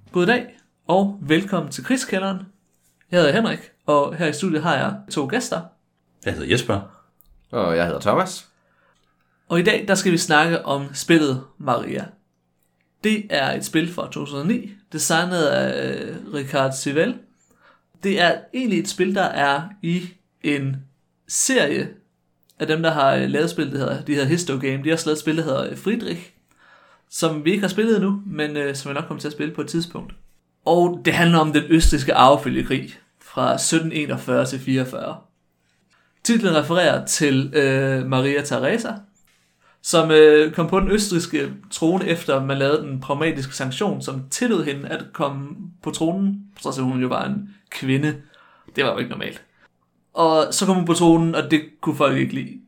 Goddag og velkommen til Krigskælderen. Jeg hedder Henrik, og her i studiet har jeg 2 gæster. Jeg hedder Jesper. Og jeg hedder Thomas. Og i dag der skal vi snakke om spillet Maria. Det er et spil fra 2009, designet af Richard Sivell. Det er egentlig et spil, der er i en serie af dem, der har lavet spil, de hedder Histogame. De har også lavet et spil, der hedder Friedrich, som vi ikke har spillet endnu, men som vi nok kommer til at spille på et tidspunkt. Og det handler om den østrigske arvefølgekrig fra 1741 til 44. Titlen refererer til Maria Theresa, som kom på den østrigske trone, efter man lavede den pragmatiske sanktion, som tillod hende at komme på tronen, så hun jo var en kvinde. Det var jo ikke normalt. Og så kom hun på tronen, og det kunne folk ikke lide.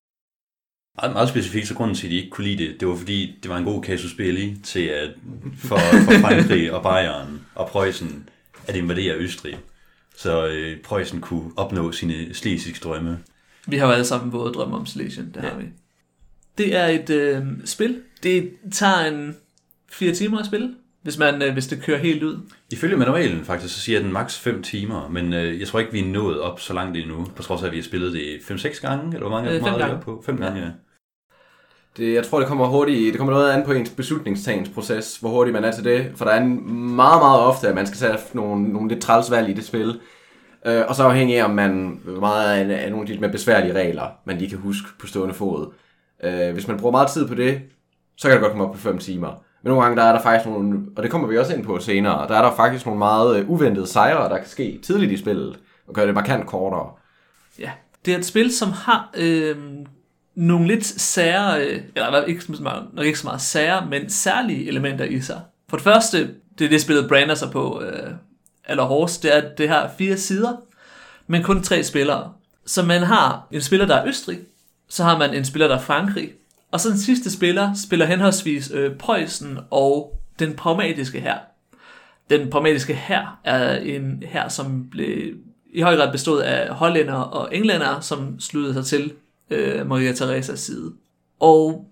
Meget specifikt, så grunden til, at de ikke kunne lide det, det var fordi, det var en god casus belli til at for Frankrig og Bayern og Preussen at invadere Østrig. Så Preussen kunne opnå sine slesvigske drømme. Vi har jo alle sammen både drømme om Schlesien, det har vi. Det er et spil. Det tager 4 timer at spille, hvis det kører helt ud. Ifølge manualen faktisk, så siger den maks 5 timer, men jeg tror ikke, vi er nået op så langt endnu, på trods af, at vi har spillet det 5-6 gange, eller hvor mange 5 gange. På? 5 gange, ja. Jeg tror, det kommer hurtigt. Det kommer noget an på ens beslutningstagningsproces, hvor hurtigt man er til det. For der er meget, meget ofte, at man skal tage nogle lidt trælsvalg i det spil. Og så afhængig af, om man meget af nogle af de lidt mere besværlige regler, man lige kan huske på stående fod. Hvis man bruger meget tid på det, så kan det godt komme op på 5 timer. Men nogle gange der er der faktisk nogle, og det kommer vi også ind på senere, der er der faktisk nogle meget uventede sejre, der kan ske tidligt i spillet, og gøre det markant kortere. Ja, det er et spil, som har nogle lidt sære, eller ikke så meget sære, men særlige elementer i sig. For det første, det er det spillet brander sig på allerhårdest, det er, at det har 4 sider, men kun 3 spillere. Så man har en spiller, der er Østrig, så har man en spiller, der er Frankrig, og så den sidste spiller henholdsvis Preussen og den pragmatiske hær. Den pragmatiske hær er en hær, som blev i høj grad bestod af hollændere og englændere, som sluttede sig til Maria Theresas side. Og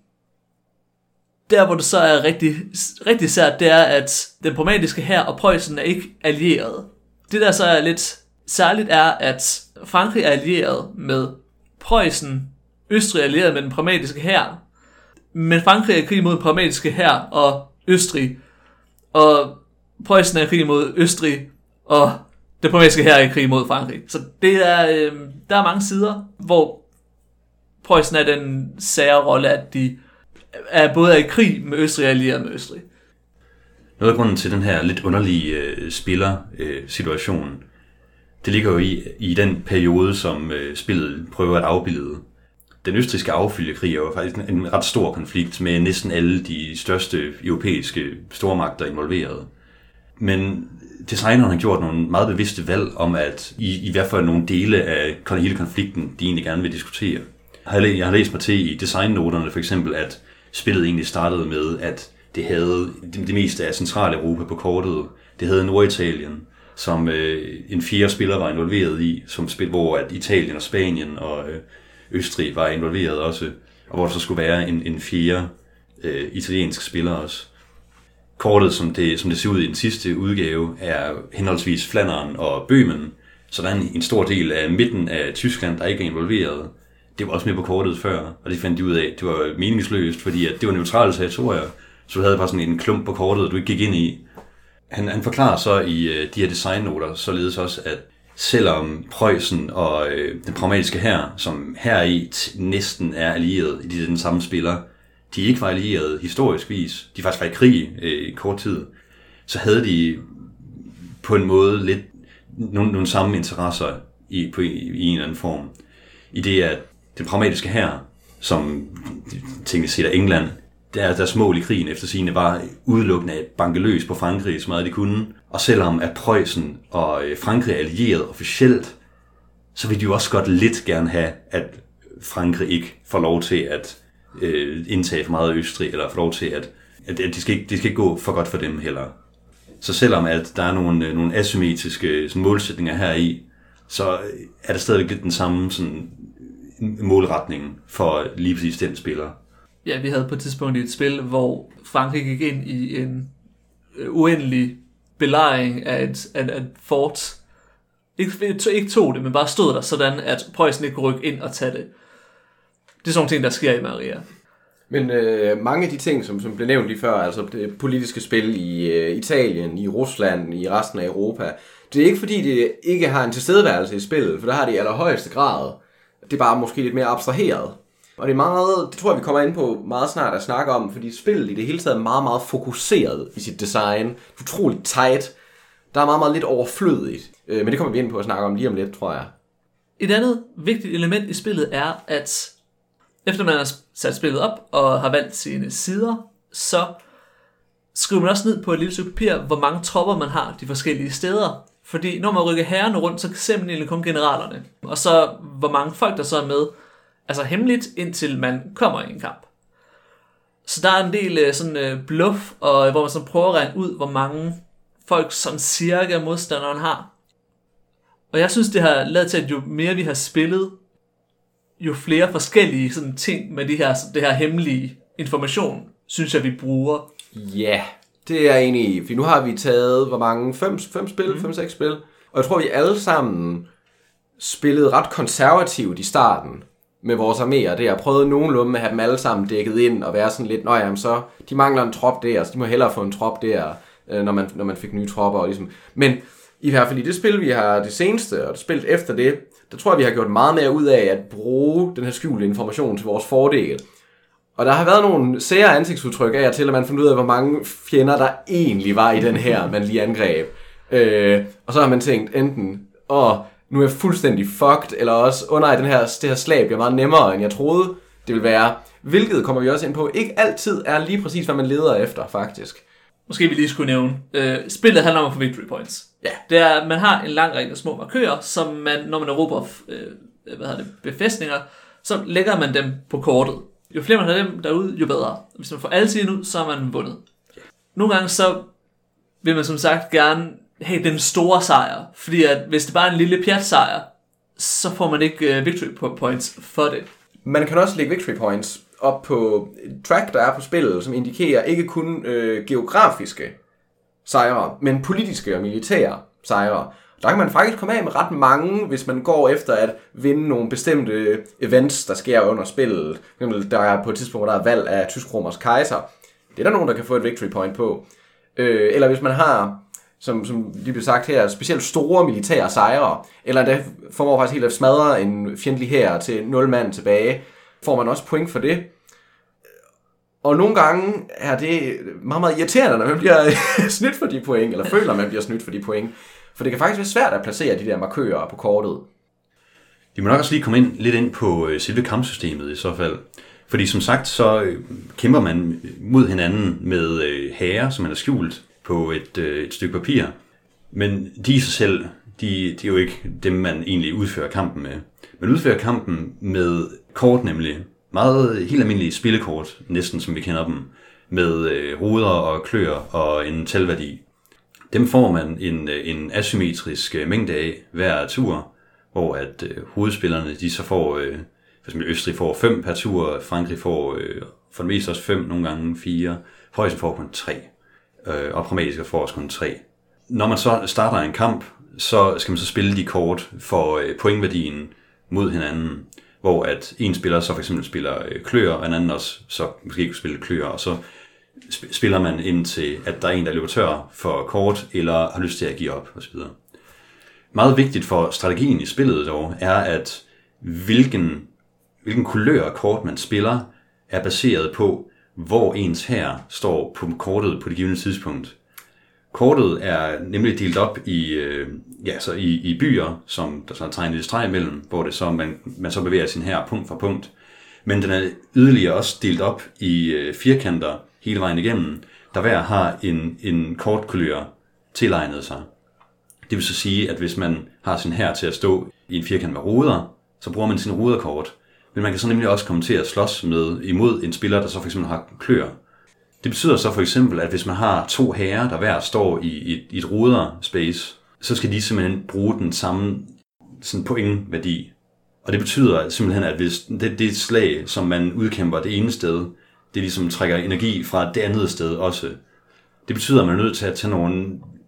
der, hvor det så er rigtig sært, det er, at den pragmatiske hær og Preussen er ikke allieret. Det, der så er lidt særligt, er, at Frankrig er allieret med Preussen, Østrig er allieret med den pragmatiske hær, men Frankrig er i krig mod den pragmatiske hær og Østrig, og Preussen er i krig mod Østrig, og den pragmatiske hær er i krig mod Frankrig. Så det er, der er mange sider, hvor Preussen er den sære rolle, at de er både i krig med Østrig og allieret med Østrig. Noget af grunden til den her lidt underlige spillersituation, det ligger jo i den periode, som spillet prøver at afbillede. Den østrigske arvefølgekrig er jo faktisk en ret stor konflikt med næsten alle de største europæiske stormagter involveret. Men designeren har gjort nogle meget bevidste valg om, at i hvert fald nogle dele af hele konflikten, de egentlig gerne vil diskutere. Jeg har læst mig til i designnoterne for eksempel, at spillet egentlig startede med, at det havde det meste af Centraleuropa på kortet. Det havde Norditalien, som en 4. spiller var involveret i, som spil, hvor at Italien og Spanien og Østrig var involveret også, og hvor der så skulle være en 4. Italiensk spiller også. Kortet, som det ser ud i den sidste udgave, er henholdsvis Flandern og Bøhmen, så der er en stor del af midten af Tyskland, der ikke er involveret. Det var også med på kortet før, og det fandt de ud af. Det var meningsløst, fordi at det var neutrale territorier, så du havde bare sådan en klump på kortet, du ikke gik ind i. Han forklarer så i de her designnoter således også, at selvom Preussen og den pragmatiske hær, som heri næsten er allieret i den samme spiller, de ikke var allieret historiskvis, de faktisk var i krig i kort tid, så havde de på en måde lidt nogle samme interesser i en eller anden form. I det, at den pragmatiske hær, som tænkte set af England, deres mål i krigen efter sigende var udelukkende at banke løs på Frankrig så meget de kunne. Og selvom at Preussen og Frankrig er allieret officielt, så vil de jo også godt lidt gerne have, at Frankrig ikke får lov til at indtage for meget Østrig, eller får lov til at de skal ikke gå for godt for dem heller. Så selvom at der er nogle asymmetriske sådan, målsætninger her i, så er der stadig lidt den samme sådan, målretning for lige præcis den spiller. Ja, vi havde på et tidspunkt et spil, hvor Frankrig gik ind i en uendelig belejring af et fort. Ikke tog det, men bare stod der sådan, at Preussen ikke kunne rykke ind og tage det. Det er sådan nogle ting, der sker i Maria. Men mange af de ting, som blev nævnt lige før, altså det politiske spil i Italien, i Rusland, i resten af Europa, det er ikke fordi, det ikke har en tilstedeværelse i spillet, for der har det i allerhøjeste grad. Det er bare måske lidt mere abstraheret. Og det er meget, det tror jeg, vi kommer ind på meget snart at snakke om, fordi spillet i det hele taget er meget, meget fokuseret i sit design. Utroligt tight. Der er meget, meget lidt overflødigt. Men det kommer vi ind på at snakke om lige om lidt, tror jeg. Et andet vigtigt element i spillet er, at efter man har sat spillet op og har valgt sine sider, så skriver man også ned på et lille stykke papir, hvor mange tropper man har de forskellige steder. Fordi når man rykker herrerne rundt, så ser man egentlig kun generalerne. Og så hvor mange folk der så er med, altså hemmeligt, indtil man kommer i en kamp. Så der er en del sådan bluff, og hvor man så prøver at regne ud, hvor mange folk som cirka modstanderen har. Og jeg synes, det har lavet til, at jo mere vi har spillet, jo flere forskellige sådan ting med det her hemmelige information, synes jeg, vi bruger. Ja, det er jeg enig i. For nu har vi taget, hvor mange? 5 spil? 5-6 spil? Og jeg tror, vi alle sammen spillede ret konservativt i starten med vores arméer. Det har prøvet nogenlunde at have dem alle sammen dækket ind og være sådan lidt, nå jamen så, de mangler en trop der, så de må hellere få en trop der, når man fik nye tropper. Og ligesom. Men i hvert fald i det spil, vi har det seneste, og det spillet efter det, der tror jeg, vi har gjort meget mere ud af at bruge den her skjulte information til vores fordel. Og der har været nogle sære ansigtsudtryk af til, at man fandt ud af, hvor mange fjender der egentlig var i den her, man lige angreb. Og så har man tænkt enten, nu er jeg fuldstændig fucked, eller også, nej, det her slag bliver meget nemmere, end jeg troede, det ville være. Hvilket kommer vi også ind på, ikke altid er lige præcis, hvad man leder efter, faktisk. Måske vi lige skulle nævne. Spillet handler om at få victory points. Ja. Det er, man har en lang række små markører, som man, når man erobrer befæstninger, så lægger man dem på kortet. Jo flere man har dem derude, jo bedre. Hvis man får alle siden ud, så er man vundet. Nogle gange så vil man som sagt gerne have den store sejr, fordi at hvis det bare er en lille pjat sejr, så får man ikke victory points for det. Man kan også lægge victory points op på track, der er på spillet, som indikerer ikke kun geografiske sejre, men politiske og militære sejre. Der kan man faktisk komme af med ret mange, hvis man går efter at vinde nogle bestemte events, der sker under spillet. Der er på et tidspunkt, hvor der er valg af tysk-romersk kejser. Det er der nogen, der kan få et victory point på. Eller hvis man har, som lige blev sagt her, specielt store militære sejre, eller der formår faktisk helt at smadre en fjendtlig hær til 0 mand tilbage, får man også point for det. Og nogle gange er det meget, meget irriterende, når man bliver snydt for de point, eller føler, man bliver snydt for de point. For det kan faktisk være svært at placere de der markører på kortet. Vi må nok også lige komme lidt ind på selve kampsystemet i så fald. Fordi som sagt, så kæmper man mod hinanden med hære, som man har skjult på et stykke papir. Men de i sig selv, de er jo ikke dem, man egentlig udfører kampen med. Man udfører kampen med kort nemlig. Meget helt almindelige spillekort, næsten som vi kender dem. Med ruder og klør og en talværdi. Dem får man en asymmetrisk mængde af hver tur, hvor at hovedspillerne de så får, for eksempel Østrig får 5 per tur, Frankrig får for det meste også 5, nogle gange 4, Preussen får kun 3, og pragmatiske får også kun 3. Når man så starter en kamp, så skal man så spille de kort for pointværdien mod hinanden, hvor at en spiller så for eksempel spiller klør, og en anden også så måske kunne spille klør, og så spiller man indtil, at der er en, der løber tør for kort, eller har lyst til at give op, osv. Meget vigtigt for strategien i spillet dog, er, at hvilken kulør af kort man spiller, er baseret på, hvor ens hær står på kortet på det givne tidspunkt. Kortet er nemlig delt op i byer, som der så er tegnet et streg imellem, hvor det så, man så bevæger sin hær punkt for punkt. Men den er yderligere også delt op i firkanter hele vejen igennem, der hver har en kortkulør tilegnet sig. Det vil så sige, at hvis man har sin hær til at stå i en firkant med ruder, så bruger man sin ruderkort. Men man kan så nemlig også komme til at slås imod en spiller, der så for eksempel har klør. Det betyder så for eksempel, at hvis man har 2 hære, der hver står i et ruderspace, så skal de simpelthen bruge den samme sådan pointværdi. Og det betyder simpelthen, at hvis det slag, som man udkæmper det ene sted, det ligesom trækker energi fra det andet sted også. Det betyder, at man er nødt til at tage nogle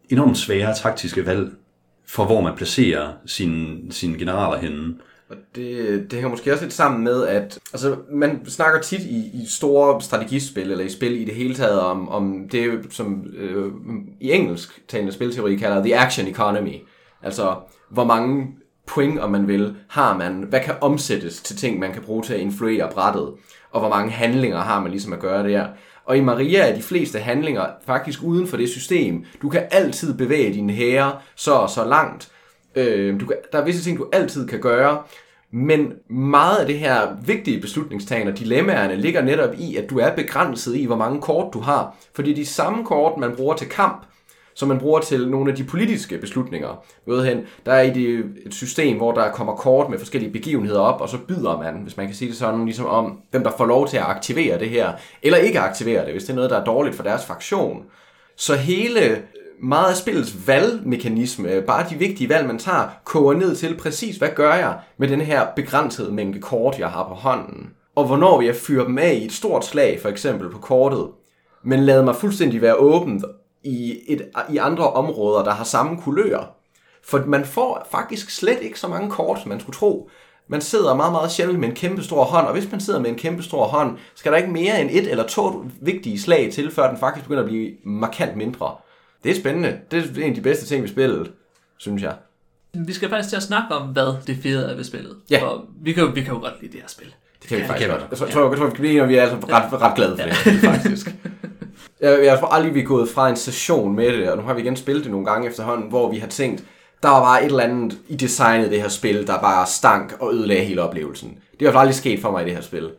enormt svære taktiske valg for, hvor man placerer sine generaler henne. Og det hænger måske også lidt sammen med, at altså, man snakker tit i store strategispil, eller i spil i det hele taget, om det, som i engelsk talende spilteori kalder the action economy. Altså, hvor mange point, om man vil, har man, hvad kan omsættes til ting, man kan bruge til at influere brættet, og hvor mange handlinger har man ligesom at gøre der. Og i Maria er de fleste handlinger faktisk uden for det system. Du kan altid bevæge dine hære så og så langt. Der er visse ting, du altid kan gøre, men meget af det her vigtige beslutningstagen og dilemmaerne ligger netop i, at du er begrænset i, hvor mange kort du har. Fordi de samme kort, man bruger til kamp, som man bruger til nogle af de politiske beslutninger. Der er et system, hvor der kommer kort med forskellige begivenheder op, og så byder man, hvis man kan sige det sådan, ligesom om, hvem der får lov til at aktivere det her, eller ikke aktivere det, hvis det er noget, der er dårligt for deres fraktion. Så hele meget af spillets valgmekanisme, bare de vigtige valg, man tager, koger ned til præcis, hvad gør jeg med den her begrænsede mængde kort, jeg har på hånden? Og hvornår vil jeg fyre dem af i et stort slag, for eksempel på kortet, men lad mig fuldstændig være åbent i andre områder, der har samme kulør. For man får faktisk slet ikke så mange kort, som man skulle tro. Man sidder meget, meget sjældent med en kæmpe stor hånd, og hvis man sidder med en kæmpe stor hånd, skal der ikke mere end 1 eller 2 vigtige slag til, før den faktisk begynder at blive markant mindre. Det er spændende. Det er en af de bedste ting ved spillet, synes jeg. Vi skal faktisk til at snakke om, hvad det fede er ved spillet. Ja. Og vi kan jo godt lide det her spil. Det kan vi faktisk godt. Jeg tror, vi kan blive enige, og vi er altså ret glade for det, faktisk. Jeg tror aldrig, vi er gået fra en session med det, og nu har vi igen spillet det nogle gange efterhånden, hvor vi har tænkt, der var bare et eller andet i designet det her spil, der bare stank og ødelagde hele oplevelsen. Det har aldrig sket for mig i det her spil.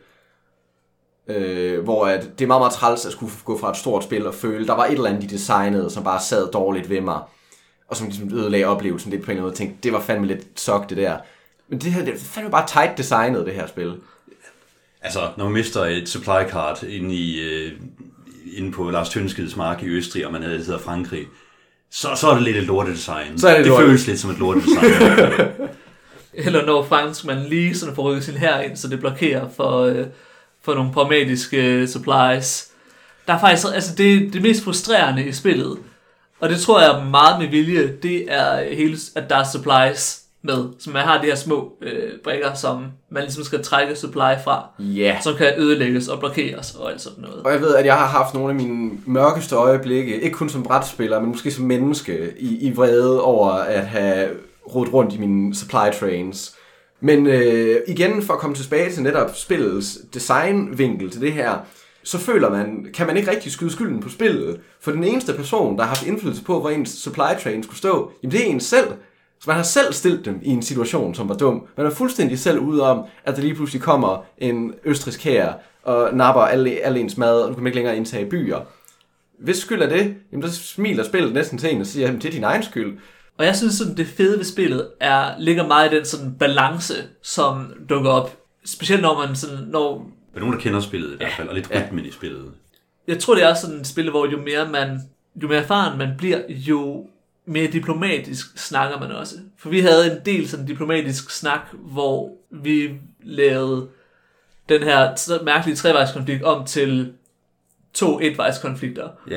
Hvor at det er meget, meget træls at skulle gå fra et stort spil og føle, der var et eller andet i designet, som bare sad dårligt ved mig, og som ligesom ødelagde oplevelsen lidt på en eller anden måde. Tænkte, det var fandme lidt sok det der. Men det her, det er fandme bare tight designet, det her spil. Altså, når man mister et supply card inde på Lars Tønskeds mark i Østrig, og man hedder Frankrig, så er det lidt et lortedesign. Det føles lidt som et lortedesign. Eller når franskmanden lige sådan får rykket sin hær ind, så det blokerer for nogle pragmatiske supplies. Der er faktisk, altså det mest frustrerende i spillet, og det tror jeg meget med vilje, det er hele, at der er supplies med. Så man har de her små brikker, som man ligesom skal trække supply fra, som kan ødelægges og blokeres og alt sådan noget. Og jeg ved, at jeg har haft nogle af mine mørkeste øjeblikke, ikke kun som brætspiller, men måske som menneske, i vrede over at have rodet rundt i mine supply trains. Men igen, for at komme tilbage til netop spillets designvinkel til det her, så kan man ikke rigtig skyde skylden på spillet. For den eneste person, der har haft indflydelse på, hvor ens supply train skulle stå, jamen det er en selv. Så man har selv stillet dem i en situation, som var dum. Man er fuldstændig selv ude om, at der lige pludselig kommer en østrigsk hær og napper alle ens mad, og du kan ikke længere indtage byer. Hvis skyld er det, jamen så smiler spillet næsten til en og siger, at det er din egen skyld. Og jeg synes, sådan, det fede ved spillet ligger meget i den sådan balance, som dukker op. Specielt når man sådan... Der er nogen, der kender spillet i hvert fald, og lidt rytmen i spillet. Jeg tror, det er sådan et spil, hvor jo mere erfaren man bliver, jo mere diplomatisk snakker man også. For vi havde en del sådan diplomatisk snak, hvor vi lavede den her mærkelige trevejskonflikt om til 2 etvejskonflikter. Ja.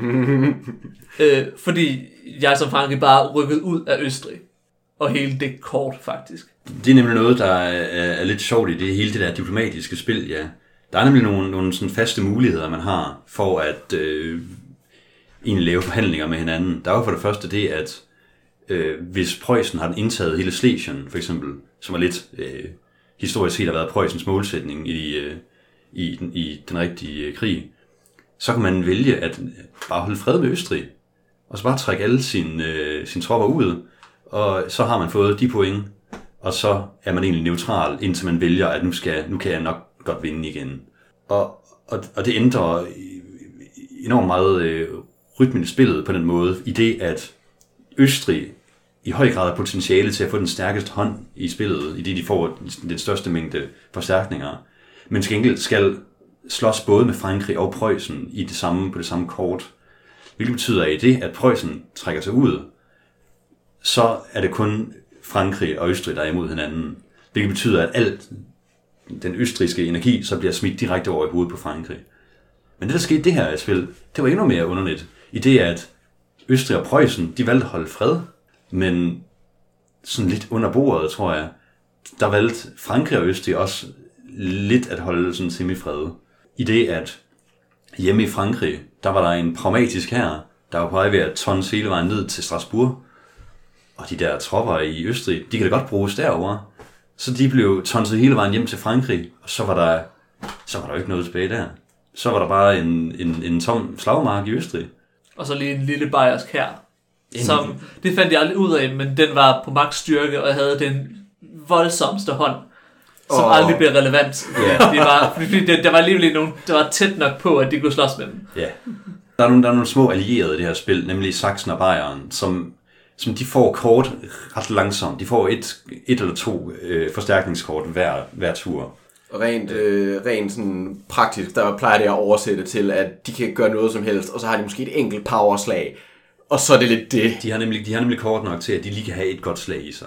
Fordi jeg som Frankrig bare rykkede ud af Østrig. Og hele det kort, faktisk. Det er nemlig noget, der er lidt sjovt i det hele det der diplomatiske spil, ja. Der er nemlig nogle sådan faste muligheder, man har for at egentlig lave forhandlinger med hinanden. Der er jo for det første det, at hvis Preussen har indtaget hele Schlesien, for eksempel, som er lidt historisk set har været Preussens målsætning i den rigtige krig, så kan man vælge at bare holde fred med Østrig, og så bare trække alle sine tropper ud, og så har man fået de point, og så er man egentlig neutral, indtil man vælger, at nu kan jeg nok godt vinde igen. Og det ændrer enormt meget rytmen i spillet på den måde, i det at Østrig i høj grad har potentiale til at få den stærkeste hånd i spillet, i det de får den største mængde forstærkninger, men til gengæld skal slås både med Frankrig og Preussen på det samme kort. Hvilket betyder i det, at Preussen trækker sig ud, så er det kun Frankrig og Østrig, der er imod hinanden. Hvilket betyder, at alt den østrigske energi så bliver smidt direkte over i hovedet på Frankrig. Men det, der skete i det her spil, det var endnu mere underligt. I det, at Østrig og Preussen, de valgte at holde fred, men sådan lidt under bordet, tror jeg, der valgte Frankrig og Østrig også lidt at holde sådan semifred. I det, at hjemme i Frankrig, der var der en pragmatisk hær, der var på vej ved at tonse hele vejen ned til Strasbourg. Og de der tropper i Østrig, de kan da godt bruges derovre. Så de blev tonset hele vejen hjem til Frankrig, og så var der jo ikke noget tilbage der. Så var der bare en tom slagmark i Østrig. Og så lige en lille bayersk hær. Som, det fandt jeg aldrig ud af, men den var på max styrke, og havde den voldsomste hånd, som aldrig blev relevant. Yeah. Der var alligevel nogen, der var tæt nok på, at de kunne slås med dem. Ja. Yeah. Der er nogle små allierede i det her spil, nemlig Sachsen og Bayern, som de får kort ret langsomt. De får et eller to forstærkningskort hver tur. Rent sådan praktisk, der plejer det at oversætte til, at de kan ikke gøre noget som helst, og så har de måske et enkelt powerslag, og så er det lidt det. De har nemlig kort nok til, at de lige kan have et godt slag i sig.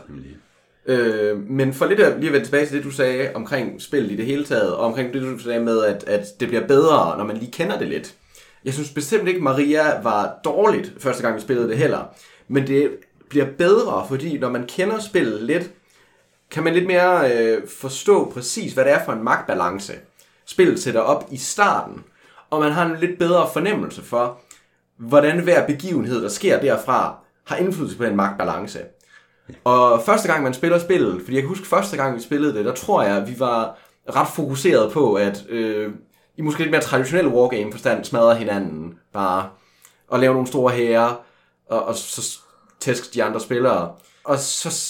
Men for lige at vende tilbage til det, du sagde omkring spillet i det hele taget, og omkring det, du sagde med, at det bliver bedre, når man lige kender det lidt. Jeg synes bestemt ikke, Maria var dårligt første gang, vi spillede det heller. Men det bliver bedre, fordi når man kender spillet lidt, kan man lidt mere forstå præcis, hvad det er for en magtbalance, spillet sætter op i starten. Og man har en lidt bedre fornemmelse for, hvordan hver begivenhed, der sker derfra, har indflydelse på den magtbalance. Og første gang, man spiller spillet, fordi jeg kan huske første gang, vi spillede det, der tror jeg, at vi var ret fokuseret på, at i måske lidt mere traditionelle wargame-forstand smadrer hinanden bare, og lave nogle store hære, og så tæske de andre spillere. Og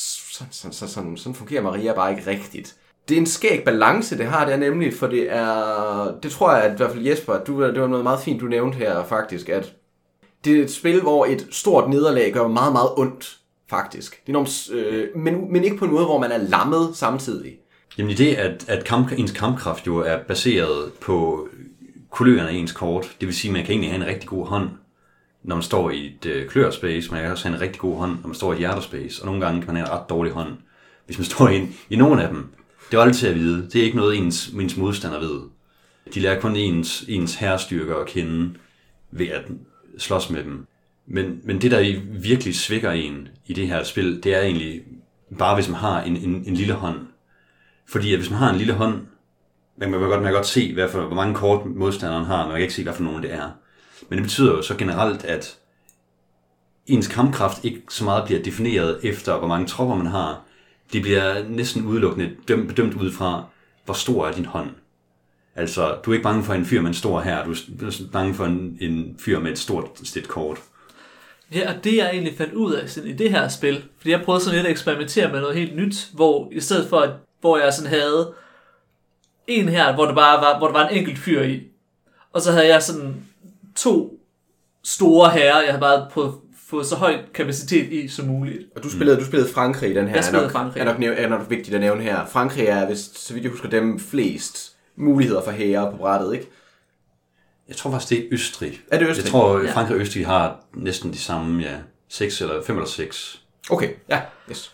sådan fungerer Maria bare ikke rigtigt. Det er en skæg balance, det har det er nemlig, for det tror jeg, at i hvert fald Jesper, det var noget meget fint, du nævnte her faktisk, at det er et spil, hvor et stort nederlag gør meget, meget ondt, faktisk. Det er enormt, men ikke på en måde, hvor man er lammet samtidig. Jamen i det, at ens kampkraft jo er baseret på kulørerne af ens kort, det vil sige, at man kan egentlig have en rigtig god hånd, når man står i et klørspace, man kan også have en rigtig god hånd, når man står i et hjerterspace, og nogle gange kan man have en ret dårlig hånd, hvis man står i nogle af dem. Det er altid at vide. Det er ikke noget, ens modstander ved. De lærer kun ens herrestyrker at kende ved at slås med dem. Men det, der virkelig svækker en i det her spil, det er egentlig bare, hvis man har en lille hånd. Fordi at hvis man har en lille hånd, man kan godt se, hvor mange kort modstanderen har, men man kan ikke se, hvad for nogen det er. Men det betyder jo så generelt, at ens kampkraft ikke så meget bliver defineret efter, hvor mange tropper man har. Det bliver næsten udelukkende bedømt ud fra, hvor stor er din hånd. Altså, du er ikke bange for en fyr med en stor her, du er bange for en fyr med et stort sted kort. Ja, og det jeg egentlig fandt ud af sådan, i det her spil, fordi jeg prøvede sådan lidt at eksperimentere med noget helt nyt, hvor i stedet for, hvor jeg sådan havde en her, hvor der var en enkelt fyr i, og så havde jeg sådan 2 store herrer, jeg havde bare prøvet at få så høj kapacitet i som muligt. Og du spillede Frankrig, den her. Jeg spillede Frankrig. Er nok vigtigt at nævne her. Frankrig er, så vidt jeg husker, dem flest muligheder for hære på brættet, ikke? Jeg tror faktisk, det er Østrig. Er det Østrig? Jeg tror, Frankrig og Østrig har næsten de samme, 5 eller 6. Okay, ja, yes.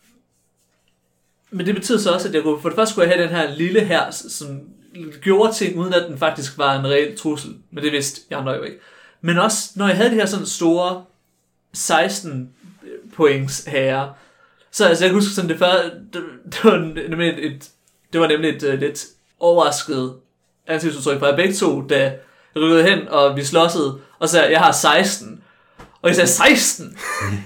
Men det betyder så også, at jeg for det første skulle jeg have den her lille her, som gjorde ting, uden at den faktisk var en reel trussel. Men det vidste jeg andre jo ikke. Men også, når jeg havde de her sådan store 16 points herre, så altså, jeg kan huske sådan det var nemlig et lidt overrasket ansigtsudtryk fra begge to, da jeg rykkede hen, og vi slåssede, og sagde, jeg har 16. Og jeg sagde, 16?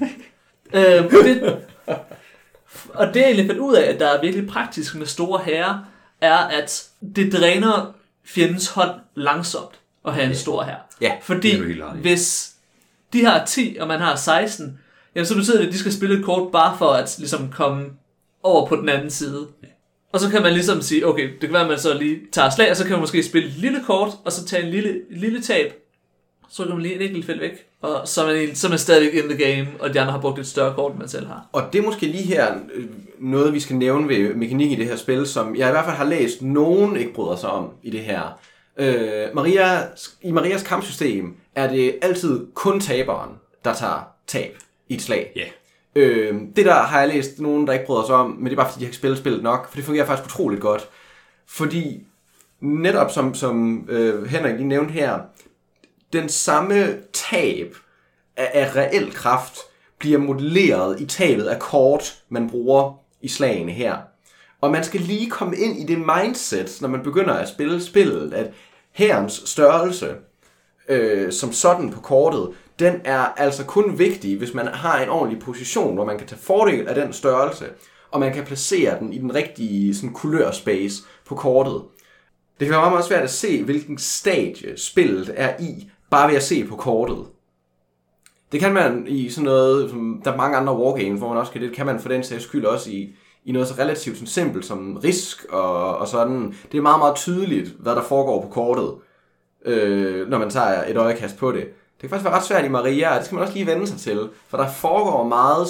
Og det jeg egentlig fandt ud af, at der er virkelig praktisk med store herrer, er, at det dræner fjendens hånd langsomt at have en stor herre. Ja, fordi hvis de har 10, og man har 16, jamen så betyder det, at de skal spille et kort bare for at ligesom komme over på den anden side. Og så kan man ligesom sige, okay, det kan være, at man så lige tager slag, og så kan man måske spille et lille kort, og så tage en lille tab. Så kan man lige en enkelt felt væk, og så er man stadigvæk in the game, og de andre har brugt et større kort, end man selv har. Og det er måske lige her noget, vi skal nævne ved mekanik i det her spil, som jeg i hvert fald har læst, nogen ikke bryder sig om i det her. I Marias kampsystem er det altid kun taberen, der tager tab i et slag. Yeah. Det der har jeg læst nogen, der ikke bryder sig om, men det er bare fordi, de har ikke spillet nok, for det fungerer faktisk utroligt godt. Fordi netop som Henrik lige nævnte her, den samme tab af reel kraft bliver modelleret i tabet af kort, man bruger i slagene her. Og man skal lige komme ind i det mindset, når man begynder at spille spillet, at hærens størrelse som sådan på kortet, den er altså kun vigtig, hvis man har en ordentlig position, hvor man kan tage fordel af den størrelse, og man kan placere den i den rigtige sådan, kulørspace på kortet. Det kan være meget, meget svært at se, hvilken stadie spillet er i, bare ved at se på kortet. Det kan man i sådan noget, som der er mange andre wargames, hvor man også kan det kan man for den sags skyld også i noget så relativt sådan simpelt som Risk og sådan. Det er meget, meget tydeligt, hvad der foregår på kortet, når man tager et øjekast på det. Det kan faktisk være ret svært i Maria, og det skal man også lige vende sig til, for der foregår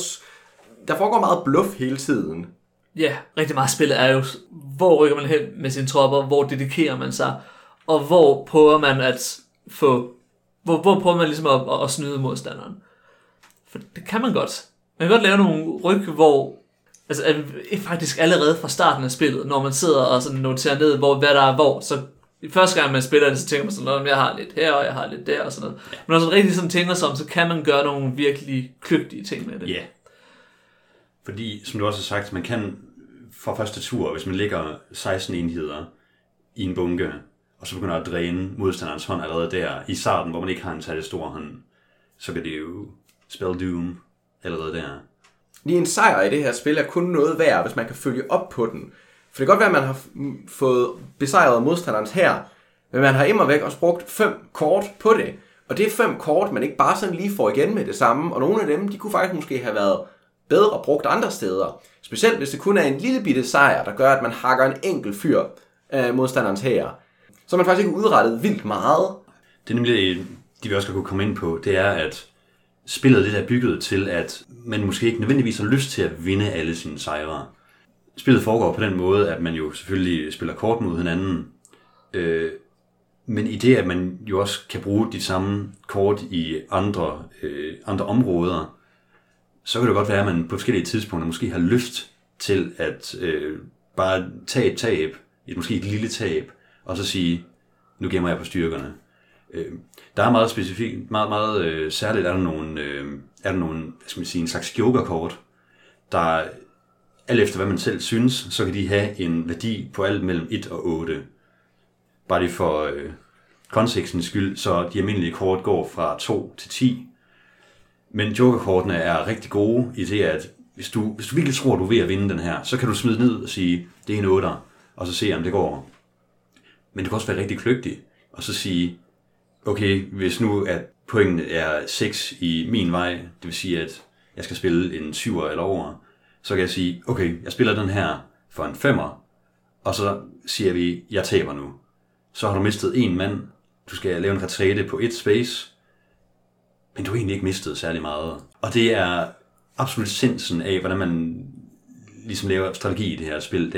meget bluff hele tiden. Ja, rigtig meget spillet er jo, hvor rykker man hen med sine tropper, hvor dedikerer man sig, og hvor prøver man at få, hvor prøver man ligesom at snyde modstanderen. For det kan man godt. Man kan godt lave nogle ryg, hvor, altså faktisk allerede fra starten af spillet, når man sidder og sådan noterer ned, hvad der er hvor, så første gang man spiller det, så tænker man sådan noget, jeg har lidt her, og jeg har lidt der, og sådan noget. Men når man rigtig sådan tænker sig om, så kan man gøre nogle virkelig kløgtige ting med det. Ja. Fordi, som du også har sagt, man kan fra første tur, hvis man lægger 16 enheder i en bunke, og så begynder at dræne modstanderens hånd allerede der, i starten, hvor man ikke har en særlig stor hånd, så kan det jo spell doom allerede der. Lige en sejr i det her spil er kun noget værd, hvis man kan følge op på den. For det kan godt være, at man har fået besejret modstanderens hær, men man har immervæk også brugt 5 kort på det. Og det er 5 kort, man ikke bare sådan lige får igen med det samme, og nogle af dem, de kunne faktisk måske have været bedre brugt andre steder. Specielt hvis det kun er en lille bitte sejr, der gør, at man hakker en enkelt fyr af modstanderens hær. Så har man faktisk ikke udrettet vildt meget. Det er nemlig det, vi også skal kunne komme ind på, det er, at spillet lidt er bygget til, at man måske ikke nødvendigvis har lyst til at vinde alle sine sejre. Spillet foregår på den måde, at man jo selvfølgelig spiller kort mod hinanden, men i det, at man jo også kan bruge de samme kort i andre områder, så kan det godt være, at man på forskellige tidspunkter måske har lyst til at bare tage et tab, måske et lille tab, og så sige, nu gemmer jeg på styrkerne. Der er meget specifikt, meget særligt er der nogle, hvad skal man sige, en slags jokerkort, der alt efter hvad man selv synes, så kan de have en værdi på alt mellem 1 og 8. Bare lige for kontekstens skyld, så de almindelige kort går fra 2 til 10. Men jokerkortene er rigtig gode i det, at hvis du virkelig tror, du er ved at vinde den her, så kan du smide ned og sige, det er en 8'er, og så se, om det går. Men det kan også være rigtig kløgtigt, og så sige, okay, hvis nu at pointen er 6 i min vej, det vil sige, at jeg skal spille en 7'er eller over, så kan jeg sige, okay, jeg spiller den her for en 5'er, og så siger vi, jeg taber nu. Så har du mistet en mand, du skal lave en retræte på et space, men du har egentlig ikke mistet særlig meget. Og det er absolut essensen af, hvordan man ligesom laver strategi i det her spil.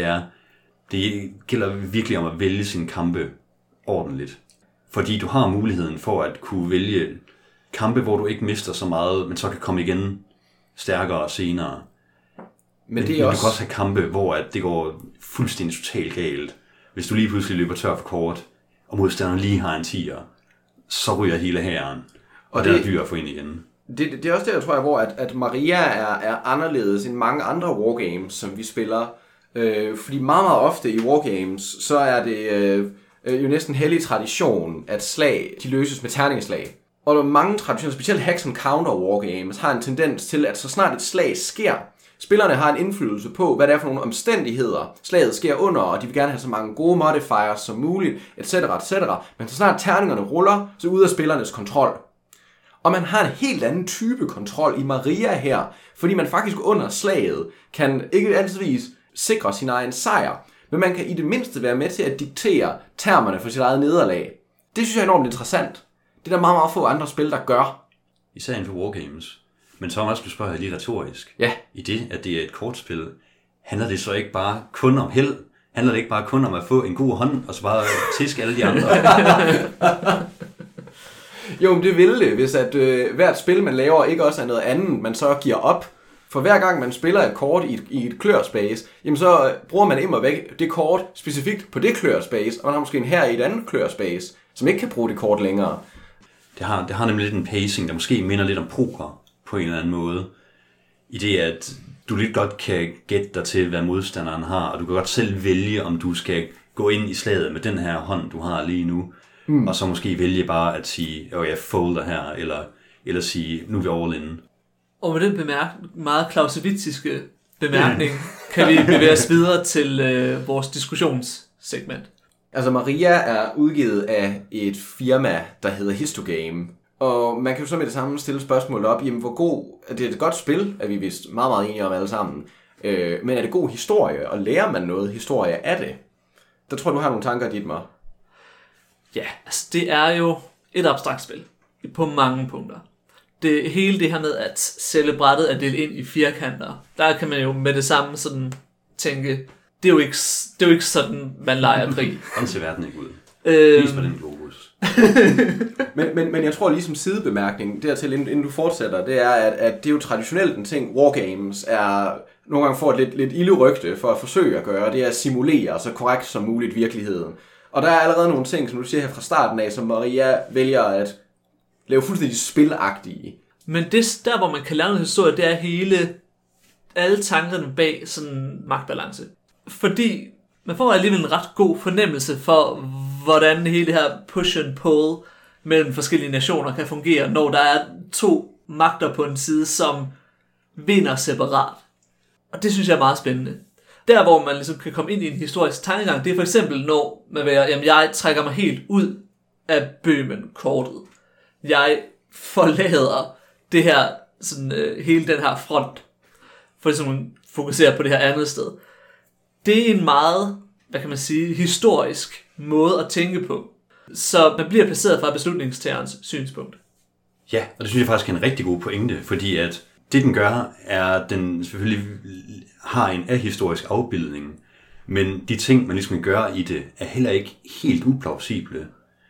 Det gælder virkelig om at vælge sine kampe ordentligt. Fordi du har muligheden for at kunne vælge kampe, hvor du ikke mister så meget, men så kan komme igen stærkere senere. Men du kan også have kampe, hvor at det går fuldstændig totalt galt. Hvis du lige pludselig løber tør for kort, og modstanderen lige har en 10'er, så ryger hele hæren. Og det er dyrt at få ind igen. Det er også der, tror jeg, hvor at Maria er anderledes end mange andre wargames, som vi spiller. Fordi meget, meget ofte i wargames, så er det jo næsten hellig tradition, at slag de løses med terningsslag. Og mange traditioner, specielt hacks and counter wargames, har en tendens til, at så snart et slag sker, spillerne har en indflydelse på, hvad det er for nogle omstændigheder, slaget sker under, og de vil gerne have så mange gode modifiers som muligt, etc. Men så snart terningerne ruller, så ud af spillernes kontrol. Og man har en helt anden type kontrol i Maria her, fordi man faktisk under slaget kan ikke altid sikre sin egen sejr, men man kan i det mindste være med til at diktere termerne for sit eget nederlag. Det synes jeg er enormt interessant. Det er der meget, meget få andre spil, der gør. Især inden for wargames. Men Thomas, du spørger lige retorisk. Ja. I det, at det er et kortspil, handler det så ikke bare kun om held? Handler det ikke bare kun om at få en god hånd, og så bare tiske alle de andre? Jo, men det ville det, hvis at hvert spil, man laver, ikke også er noget andet, man så giver op. For hver gang man spiller et kort i et klørspace, jamen så bruger man immer væk det kort specifikt på det klørspace, og man har måske en her i et andet klørspace, som ikke kan bruge det kort længere. Det har nemlig lidt en pacing, der måske minder lidt om poker på en eller anden måde. I det, at du lidt godt kan gætte dig til, hvad modstanderen har, og du kan godt selv vælge, om du skal gå ind i slaget med den her hånd, du har lige nu, og så måske vælge bare at sige, jeg folder her, eller sige, nu er vi all in. Og med den meget klausevittiske bemærkning, kan vi bevæge os videre til vores diskussionssegment. Altså Maria er udgivet af et firma, der hedder Histogame. Og man kan jo så med det samme stille spørgsmål op, jamen hvor god, det er et godt spil, er vi vist meget, meget enige om alle sammen. Men er det god historie, og lærer man noget historie af det? Der tror jeg, du har nogle tanker, Dietmar. Ja, altså det er jo et abstrakt spil på mange punkter. Hele det her med, at celebrettet er delt ind i firkanter, der kan man jo med det samme sådan tænke, det er jo ikke sådan, man leger krig. Sådan ser verden ikke ud. Vis mig den globus. men jeg tror ligesom sidebemærkning dertil, inden du fortsætter, det er, at det er jo traditionelt en ting, wargames er nogle gange får et lidt ilderygte for at forsøge at gøre, det er at simulere så korrekt som muligt virkeligheden. Og der er allerede nogle ting, som du siger her fra starten af, som Maria vælger at lave fuldstændig spilagtige. Men det der, hvor man kan lave en historie, det er alle tankerne bag sådan en magtbalance. Fordi man får alligevel en ret god fornemmelse for, hvordan hele det her push and pull mellem forskellige nationer kan fungere, når der er to magter på en side, som vinder separat. Og det synes jeg er meget spændende. Der, hvor man ligesom kan komme ind i en historisk tankegang, det er for eksempel, når man vil, jamen jeg trækker mig helt ud af Bøhmen-kortet. Jeg forlader det her, sådan, hele den her front, for ligesom at fokusere på det her andet sted. Det er en meget, hvad kan man sige, historisk måde at tænke på. Så man bliver placeret fra beslutningstagerens synspunkt. Ja, og det synes jeg faktisk er en rigtig god pointe, fordi at det den gør, er, at den selvfølgelig har en ahistorisk afbildning, men de ting, man ligesom gør i det, er heller ikke helt uplausible.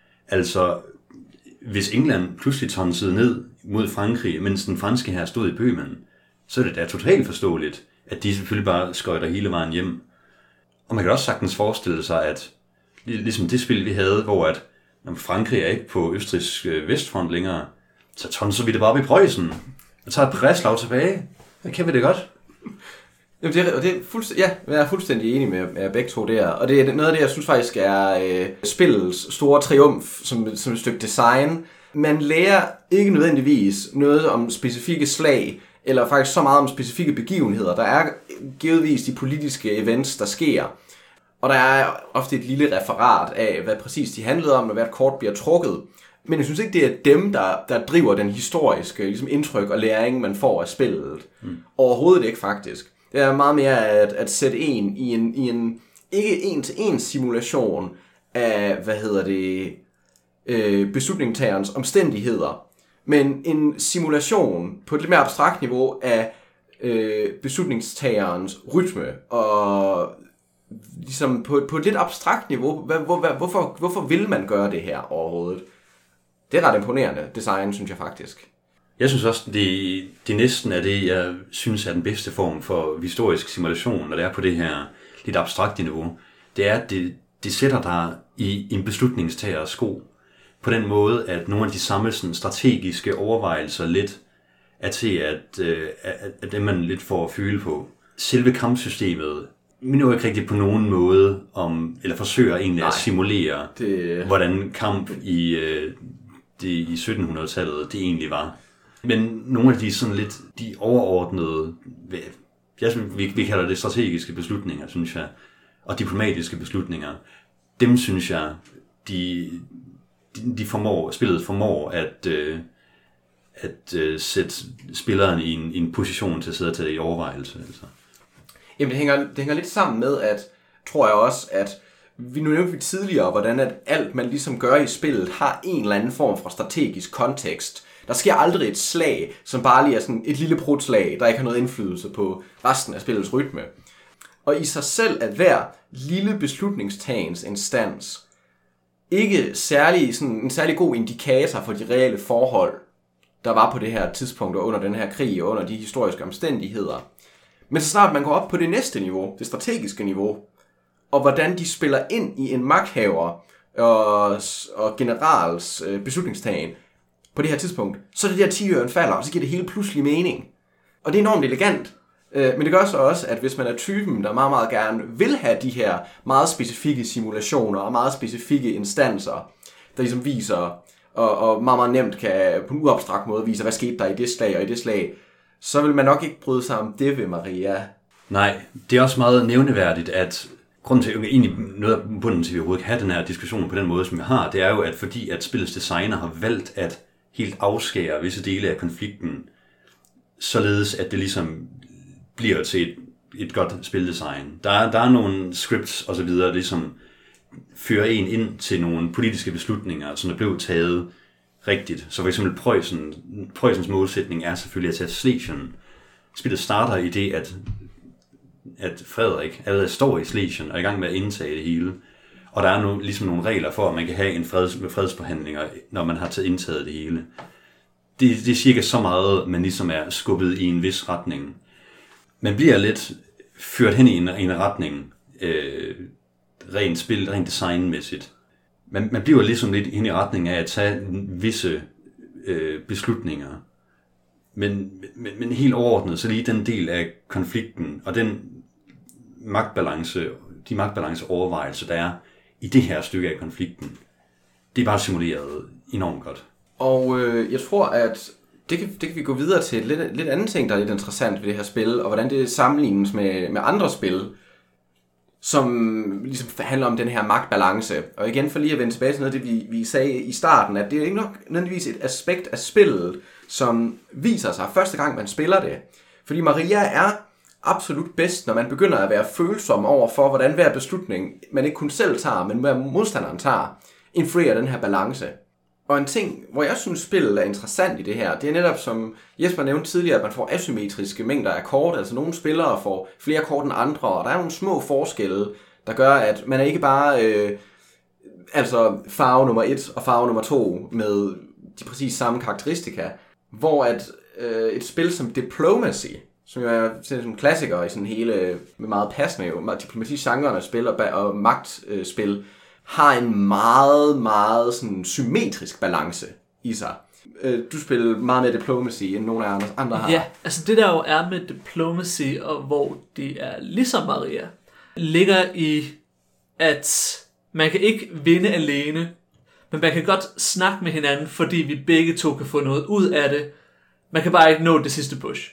Altså, hvis England pludselig tonsede ned mod Frankrig, mens den franske her stod i Bøhmen, så er det da totalt forståeligt, at de selvfølgelig bare skøjter hele vejen hjem. Og man kan også sagtens forestille sig, at ligesom det spil, vi havde, hvor at når Frankrig er ikke på Østrigs vestfront længere, så tonser vi det bare op i Preussen og tager et præslag tilbage. Så kan vi det godt. Jamen, det er jeg er fuldstændig enig med begge to der. Og det er noget af det, jeg synes faktisk er spillets store triumf som et stykke design. Man lærer ikke nødvendigvis noget om specifikke slag, eller faktisk så meget om specifikke begivenheder. Der er givetvis de politiske events, der sker. Og der er ofte et lille referat af, hvad præcis de handlede om, når hvert kort bliver trukket. Men jeg synes ikke, det er dem, der driver den historiske ligesom indtryk og læring, man får af spillet. Overhovedet ikke, faktisk. Det er meget mere at sætte en i en ikke en-til-en simulation af, beslutningstagerens omstændigheder, men en simulation på et lidt mere abstrakt niveau af beslutningstagerens rytme, og ligesom på et lidt abstrakt niveau, hvorfor vil man gøre det her overhovedet? Det er ret imponerende design, synes jeg faktisk. Jeg synes også, det næsten er det, jeg synes er den bedste form for historisk simulation, når det er på det her lidt abstrakte niveau. Det er, at det sætter dig i en beslutningstagers sko. På den måde, at nogle af de samme sådan, strategiske overvejelser lidt er til, at det man lidt får at føle på. Selve kampsystemet minder ikke rigtig på nogen måde eller forsøger egentlig at simulere, hvordan kamp i 1700-tallet det egentlig var. Men nogle af de sådan lidt de overordnede, vi kalder det strategiske beslutninger, synes jeg, og diplomatiske beslutninger, dem synes jeg, spillet formår at sætte spilleren i en position til at sidde og tage det i overvejelse. Altså. Jamen det hænger lidt sammen med, tror jeg også, at vi nu nævnte tidligere, hvordan at alt man ligesom gør i spillet har en eller anden form for strategisk kontekst. Der sker aldrig et slag, som bare lige er sådan et lille prutslag, der ikke har noget indflydelse på resten af spillets rytme. Og i sig selv er hver lille beslutningstagens instans ikke en særlig god indikator for de reelle forhold, der var på det her tidspunkt og under den her krig og under de historiske omstændigheder. Men så snart man går op på det næste niveau, det strategiske niveau, og hvordan de spiller ind i en magthaver og generals beslutningstagen, på det her tidspunkt, så er det der 10-øren falder, og så giver det hele pludselig mening. Og det er enormt elegant. Men det gør så også, at hvis man er typen, der meget, meget gerne vil have de her meget specifikke simulationer og meget specifikke instanser, der ligesom viser, og meget, meget nemt kan på en uabstrakt måde vise, hvad skete der i det slag og i det slag, så vil man nok ikke bryde sig om det ved Maria. Nej, det er også meget nævneværdigt, at grunden til, egentlig noget af bunden til, at vi overhovedet kan have den her diskussion på den måde, som vi har, det er jo, at fordi at spillets designer har valgt at helt afskære visse dele af konflikten, således at det ligesom bliver til et godt spildesign. Der er nogle scripts og så videre, der ligesom fører en ind til nogle politiske beslutninger, som er blevet taget rigtigt. Så for eksempel Preussens målsætning er selvfølgelig at tage Schlesien. Spillet starter i det, at Frederik allerede står i Schlesien og er i gang med at indtage det hele. Og der er ligesom nogle regler for, at man kan have en fredsforhandlinger, når man har indtaget det hele. Det er cirka så meget, man ligesom er skubbet i en vis retning. Man bliver lidt ført hen i en retning, rent designmæssigt. Man bliver ligesom lidt hen i retning af at tage visse beslutninger. Men helt overordnet, så lige den del af konflikten, og den de magtbalanceovervejelser, der er i det her stykke af konflikten, det er bare simuleret enormt godt. Og jeg tror, at det kan vi gå videre til et lidt andet ting, der er lidt interessant ved det her spil, og hvordan det sammenlignes med andre spil, som ligesom handler om den her magtbalance. Og igen for lige at vende tilbage til noget af det, vi sagde i starten, at det er ikke nok nødvendigvis et aspekt af spillet, som viser sig første gang, man spiller det. Fordi Maria er absolut bedst, når man begynder at være følsom over for, hvordan hver beslutning, man ikke kun selv tager, men hver modstanderen tager, influerer den her balance. Og en ting, hvor jeg synes, spillet er interessant i det her, det er netop, som Jesper nævnte tidligere, at man får asymmetriske mængder af kort. Altså nogle spillere får flere kort end andre, og der er nogle små forskelle, der gør, at man er ikke bare farve nummer 1 og farve nummer 2 med de præcis samme karakteristika. Hvor at et spil som Diplomacy, som jo er som klassiker i sådan hele, med meget passende jo, diplomati-genrerne spil og magtspil, har en meget, meget sådan symmetrisk balance i sig. Du spiller meget med Diplomacy, end nogle af andre har. Ja, altså det der jo er med Diplomacy, og hvor de er ligesom Maria, ligger i, at man kan ikke vinde alene, men man kan godt snakke med hinanden, fordi vi begge to kan få noget ud af det. Man kan bare ikke nå det sidste push.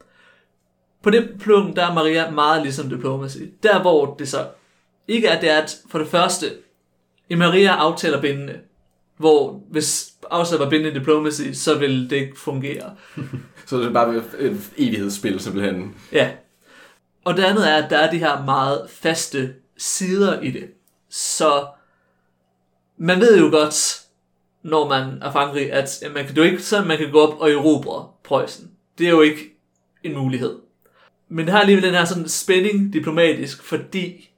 På det punkt, der er Maria meget ligesom Diplomacy. Der hvor det så ikke er, det er, at for det første, i Maria aftaler bindende, hvor hvis aftaler var bindende Diplomacy, så vil det ikke fungere. Så det er bare et evighedsspil simpelthen. Ja. Og det andet er, at der er de her meget faste sider i det. Så man ved jo godt, når man er Frankrig, at man kan gå op og erobre Preussen. Det er jo ikke en mulighed. Men det har alligevel den her sådan spænding diplomatisk, fordi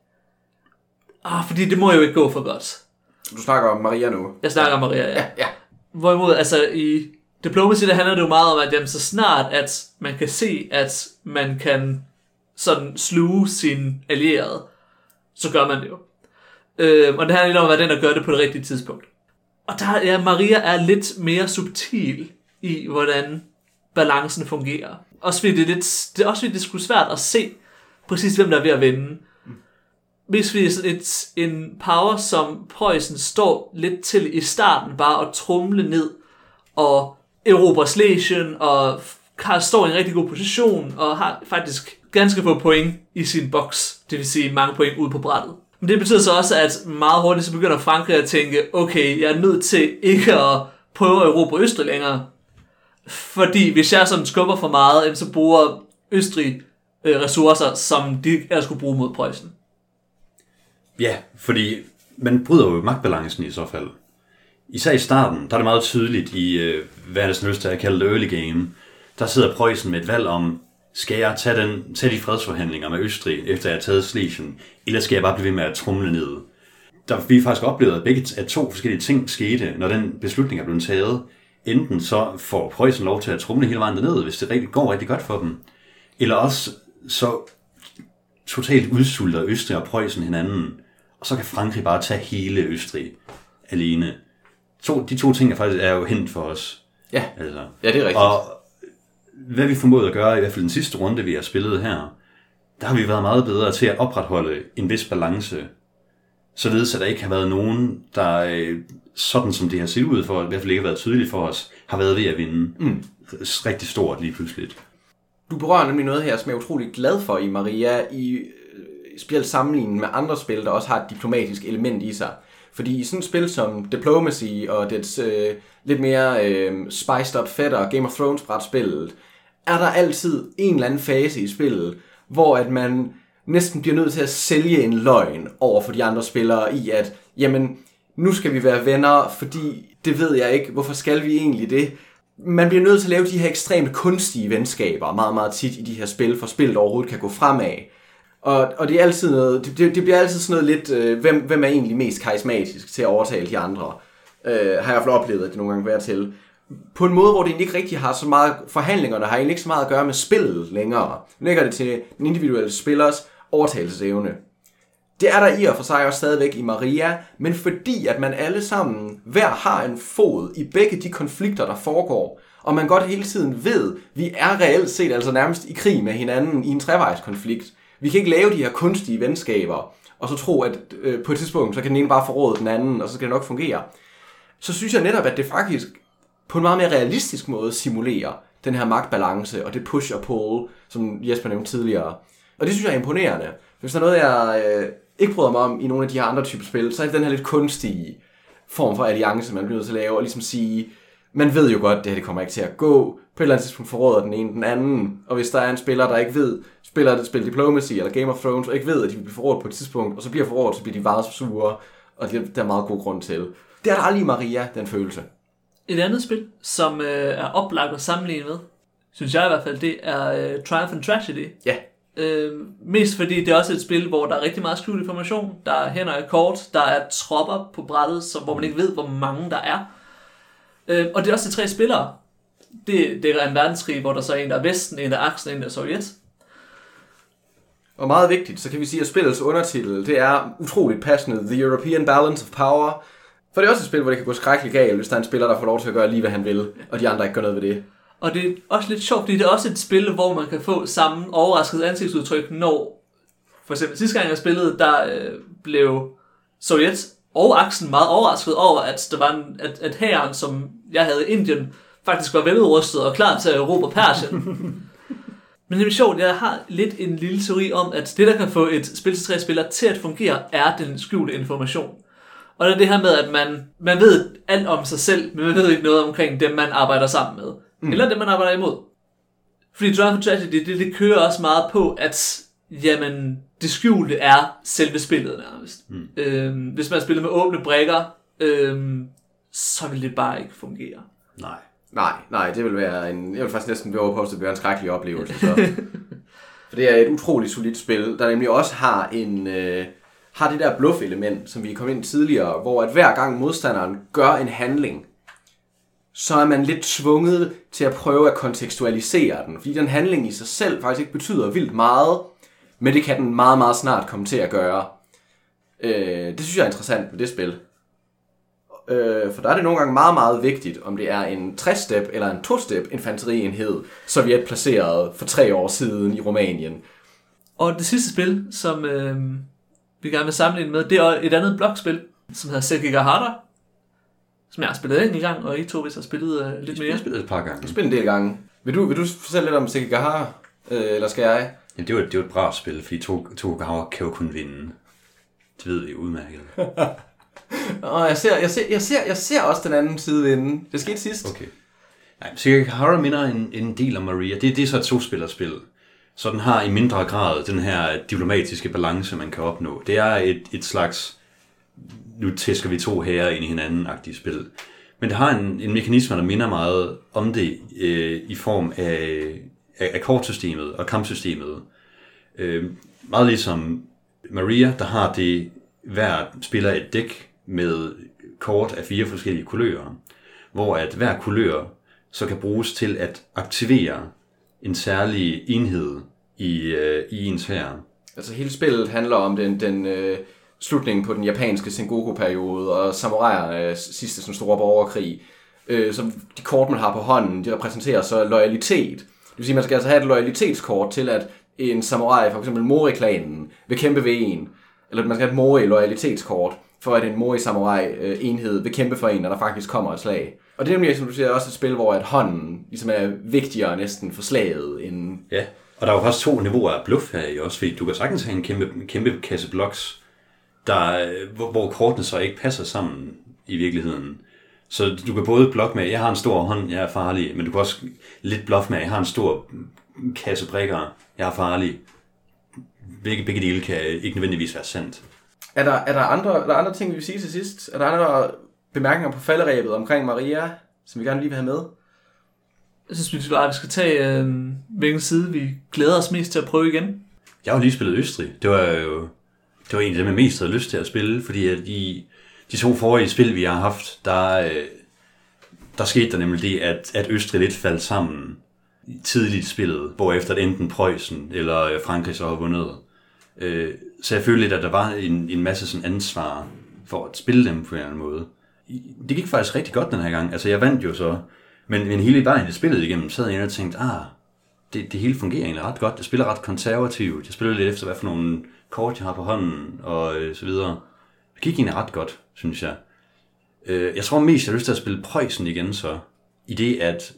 det må jo ikke gå for godt. Du snakker om Maria nu. Jeg snakker om Maria, ja. Hvorimod, altså i Diplomacy, der handler det jo meget om, at jamen, så snart, at man kan se, at man kan sådan sluge sine allierede, så gør man det jo. Og det handler lidt om at være den, der gør det på det rigtige tidspunkt. Og der, Maria er lidt mere subtil i, hvordan balancen fungerer. Også fordi det er sgu svært at se præcis, hvem der er ved at vinde. Mest fordi en power, som Preussen står lidt til i starten, bare at tromle ned og erobre Schlesien, og står i en rigtig god position, og har faktisk ganske få point i sin boks, det vil sige mange point ude på brættet. Men det betyder så også, at meget hurtigt så begynder Frankrig at tænke, okay, jeg er nødt til ikke at prøve at erobre Østrig længere. Fordi hvis jeg sådan skubber for meget, så bruger Østrig ressourcer, som de ellers skulle bruge mod Preussen. Ja, fordi man bryder jo magtbalancen i så fald. Især i starten, der er det meget tydeligt i, hvad er det sådan lyst til at kalde det early game, der sidder Preussen med et valg om, skal jeg tage de fredsforhandlinger med Østrig, efter jeg har taget Schlesien, eller skal jeg bare blive ved med at tromle ned? Vi faktisk oplevet, at to forskellige ting skete, når den beslutning er blevet taget. Enten så får Preussen lov til at tromle hele vejen derned, hvis det går rigtig godt for dem, eller også så totalt udsulter Østrig og Preussen hinanden, og så kan Frankrig bare tage hele Østrig alene. De to ting er jo hent for os. Ja, altså. Ja, det er rigtigt. Og hvad vi formåede at gøre, i hvert fald den sidste runde, vi har spillet her, der har vi været meget bedre til at opretholde en vis balance, således at der ikke har været nogen, der sådan som det har set ud for, i hvert fald ikke har været tydeligt for os, har været ved at vinde rigtig stort lige pludselig. Du berører nemlig noget her, som jeg er utrolig glad for i Maria, i specielt sammenlignet med andre spil, der også har et diplomatisk element i sig. Fordi i sådan et spil som Diplomacy og dets lidt mere spiced up fætter Game of Thrones brætspillet, er der altid en eller anden fase i spillet, hvor at man næsten bliver nødt til at sælge en løgn over for de andre spillere i, at jamen, nu skal vi være venner, fordi det ved jeg ikke, hvorfor skal vi egentlig det? Man bliver nødt til at lave de her ekstremt kunstige venskaber meget, meget tit i de her spil, for spillet overhovedet kan gå fremad. Og det er altid noget, det bliver altid sådan noget lidt, hvem er egentlig mest karismatisk til at overtale de andre, har jeg i hvert fald oplevet, at det nogle gange vil være til. På en måde, hvor det ikke rigtig har så meget, forhandlingerne har egentlig ikke så meget at gøre med spillet længere. Nu lægger det til den individuelle spillers overtagelsesevne. Det er der i og for sig også stadigvæk i Maria, men fordi at man alle sammen hver har en fod i begge de konflikter, der foregår, og man godt hele tiden ved, vi er reelt set altså nærmest i krig med hinanden i en trevejskonflikt. Vi kan ikke lave de her kunstige venskaber, og så tro, at på et tidspunkt, så kan den ene bare forråde den anden, og så skal det nok fungere. Så synes jeg netop, at det faktisk på en meget mere realistisk måde simulerer den her magtbalance, og det push og pull, som Jesper nævnte tidligere. Og det synes jeg er imponerende. Hvis der er noget, jeg ikke bryder mig om i nogle af de her andre typer spil, så er det den her lidt kunstige form for alliance, man bliver nødt til at lave, og ligesom sige, man ved jo godt, det her det kommer ikke til at gå. På et eller andet tidspunkt forråder den ene den anden, og hvis der er en spiller, der ikke ved, spiller Diplomacy eller Game of Thrones, og ikke ved, at de vil blive forrådt på et tidspunkt, og så bliver forrådt, så bliver de meget sure, og det er der meget god grund til. Det er der aldrig i Maria, den følelse. Et andet spil, som er oplagt at sammenligne med, synes jeg i hvert fald, det er Triumph and Tragedy. Ja. Mest fordi det er også et spil, hvor der er rigtig meget skjult information, der er hænder i kort, der er tropper på brættet, hvor man ikke ved, hvor mange der er. Og det er også de 3 spillere. Det er en verdenskrig, hvor der så er en, der er Vesten, en der er Aksen, en der er Sovjet. Og meget vigtigt, så kan vi sige, at spillets undertitel, det er utroligt passende, The European Balance of Power. For det er også et spil, hvor det kan gå skrækkeligt galt, hvis der er en spiller, der får lov til at gøre lige, hvad han vil, og de andre ikke gør noget ved det. Og det er også lidt sjovt, fordi det er også et spil, hvor man kan få samme overrasket ansigtsudtryk, når for eksempel sidste gang jeg spillede, der blev Sovjet og Aksen meget overrasket over, at der var at hæren, som jeg havde i Indien, faktisk var veludrustet og klar til at erobre Persien. Men det er sjovt, jeg har lidt en lille teori om, at det, der kan få et spil til 3 spillere til at fungere, er den skjulte information. Og det er det her med, at man ved alt om sig selv, men man ved ikke noget omkring dem, man arbejder sammen med. Eller dem, man arbejder imod. Fordi Triumph and Tragedy, det kører også meget på, at jamen, det skjulte er selve spillet nærmest. Hvis man spiller med åbne brikker, så vil det bare ikke fungere. Nej, det vil være jeg vil faktisk næsten blive over på, at det bliver en skrækkelig oplevelse. Så. For det er et utroligt solidt spil, der nemlig også har har det der bluff-element, som vi kom ind tidligere, hvor at hver gang modstanderen gør en handling, så er man lidt tvunget til at prøve at kontekstualisere den. Fordi den handling i sig selv faktisk ikke betyder vildt meget, men det kan den meget, meget snart komme til at gøre. Det synes jeg er interessant med det spil. For der er det nogle gange meget, meget vigtigt, om det er en 3-step eller en 2-step infanterienhed, Sovjet placeret for 3 år siden i Rumænien. Og det sidste spil, som vi gerne vil sammenligne med, det er et andet blokspil, som hedder Sekigahara, som jeg har spillet en gang, og I to hvis har spillet lidt mere. Jeg har spillet et par gange. Jeg spillet en del gange. Vil du fortælle lidt om Sekigahara, eller skal jeg? Ja, det er jo et bra spil, fordi Tokugawa kan jo kun vinde. Det ved vi udmærket. Og jeg ser også den anden side vinde. Det skete sidst. Okay. Nej, Sekigahara minder en del om Maria. Det er så et 2-spillerspil. Så den har i mindre grad den her diplomatiske balance, man kan opnå. Det er et slags, nu tæsker vi 2 hære ind i hinanden-agtigt spil. Men det har en mekanisme, der minder meget om det i form af kortsystemet og kampsystemet. Meget ligesom Maria, der har det hver spiller et dæk med kort af 4 forskellige kulører, hvor at hver kulør så kan bruges til at aktivere en særlig enhed i ens hær. Altså hele spillet handler om den slutningen på den japanske Sengoku-periode og samuraierne sidste sådan store borgerkrig. Så de kort, man har på hånden, de repræsenterer så loyalitet. Det vil sige, at man skal altså have et loyalitetskort til, at en samurai, for eksempel Mori-klanen, vil kæmpe ved en. Eller man skal have et Mori-loyalitetskort, for at en Mori-samurai-enhed vil kæmpe for en, når der faktisk kommer et slag. Og det er nemlig, som du siger, også et spil, hvor at hånden ligesom er vigtigere næsten for slaget end... Ja, og der er jo faktisk 2 niveauer af bluff her i også, fordi du kan sagtens have en kæmpe kasse blocks, hvor kortene så ikke passer sammen i virkeligheden. Så du kan både bluff med, jeg har en stor hånd, jeg er farlig, men du kan også lidt bluff med, jeg har en stor kasse brikker, jeg er farlig. Begge dele kan ikke nødvendigvis være sandt. Er der andre ting, vi vil sige til sidst? Er der andre bemærkninger på falderæbet omkring Maria, som vi gerne lige vil have med? Jeg synes, vi skal tage, hvilken side vi glæder os mest til at prøve igen. Jeg har jo lige spillet Østrig. Det var en af dem, jeg mest havde lyst til at spille, fordi at de 2 forrige spil, vi har haft, der skete der nemlig det, at Østrig lidt faldt sammen tidligt i spillet, hvorefter enten Preussen eller Frankrig så har vundet. Så jeg følte lidt, at der var en masse sådan ansvar for at spille dem på en eller anden måde. Det gik faktisk rigtig godt den her gang. Altså jeg vandt jo så, men hele vejen i spillet igennem, så havde jeg og tænkt, det hele fungerer egentlig ret godt. Jeg spiller ret konservativt. Jeg spiller lidt efter, hvad for nogle kort jeg har på hånden, og så videre. Det gik egentlig ret godt, synes jeg. Jeg tror mest, jeg har lyst til at spille Preussen igen så. I det, at...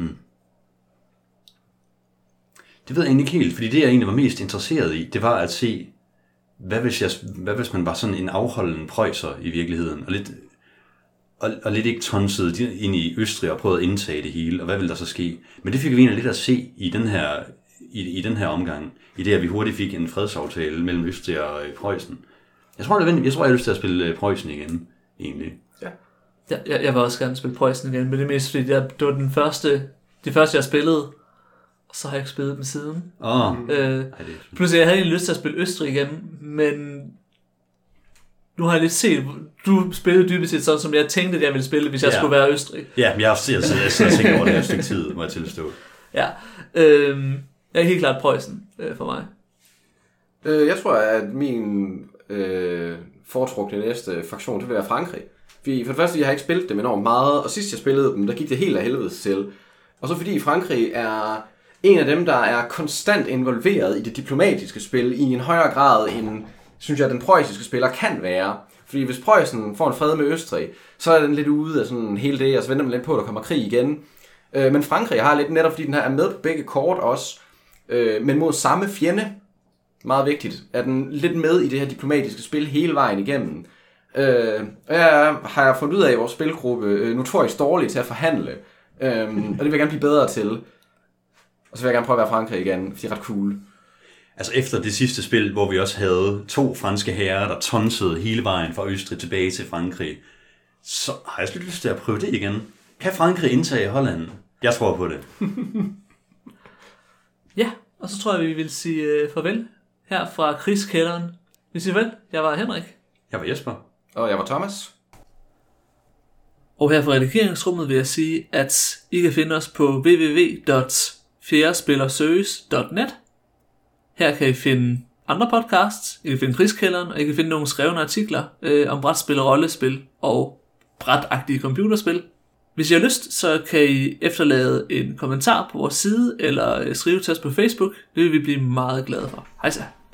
Det ved jeg egentlig ikke helt, fordi det, jeg egentlig var mest interesseret i, det var at se, hvad hvis man var sådan en afholden preußer i virkeligheden, og lidt ikke tonset ind i Østrig og prøvede at indtage det hele, og hvad ville der så ske? Men det fik vi egentlig lidt at se i den her omgang, i det, at vi hurtigt fik en fredsaftale mellem Østrig og Preussen. Jeg tror, jeg har lyst til at spille Preussen igen, egentlig. Ja. Jeg vil også gerne spille Preussen igen, men det er mest fordi, det var det første, jeg spillede, og så har jeg ikke spillet dem siden. Pludselig, jeg havde egentlig lyst til at spille Østrig igen, men nu har jeg lidt set, du spillede dybest set sådan, som jeg tænkte, at jeg ville spille, hvis jeg skulle være Østrig. Ja, men jeg har tænkt over det her stykke tid, må jeg tilstå. Ja, jeg er helt klart Preussen for mig. Jeg tror, at min foretrukne næste fraktion, det vil være Frankrig. Fordi for det første, jeg har ikke spillet dem enormt meget, og sidst jeg spillede dem, der gik det helt af helvede til. Og så fordi Frankrig er en af dem, der er konstant involveret i det diplomatiske spil, i en højere grad end, synes jeg, den preussiske spiller kan være. Fordi hvis Preussen får en fred med Østrig, så er den lidt ude af sådan hele det, og så venter man lidt på, at der kommer krig igen. Men Frankrig har lidt netop, fordi den her er med på begge kort også, men mod samme fjende, meget vigtigt, er den lidt med i det her diplomatiske spil hele vejen igennem. Og jeg har fundet ud af i vores spilgruppe notorisk dårligt til at forhandle, og det vil jeg gerne blive bedre til. Og så vil jeg gerne prøve at være Frankrig igen, for det er ret cool. Altså efter det sidste spil, hvor vi også havde 2 franske herrer, der tonsede hele vejen fra Østrig tilbage til Frankrig, så har jeg slet lyst til at prøve det igen. Kan Frankrig indtage Holland? Jeg tror på det. Ja, og så tror jeg, vi vil sige farvel her fra krigskælderen. Vi siger vel. Jeg var Henrik. Jeg var Jesper. Og jeg var Thomas. Og her fra redigeringsrummet vil jeg sige, at I kan finde os på www.fjerdespillerservice.net. Her kan I finde andre podcasts, I kan finde krigskælderen, og I kan finde nogle skrevne artikler om brætspil og rollespil og brætagtige computerspil. Hvis I har lyst, så kan I efterlade en kommentar på vores side, eller skrive til os på Facebook. Det vil vi blive meget glade for. Hej så.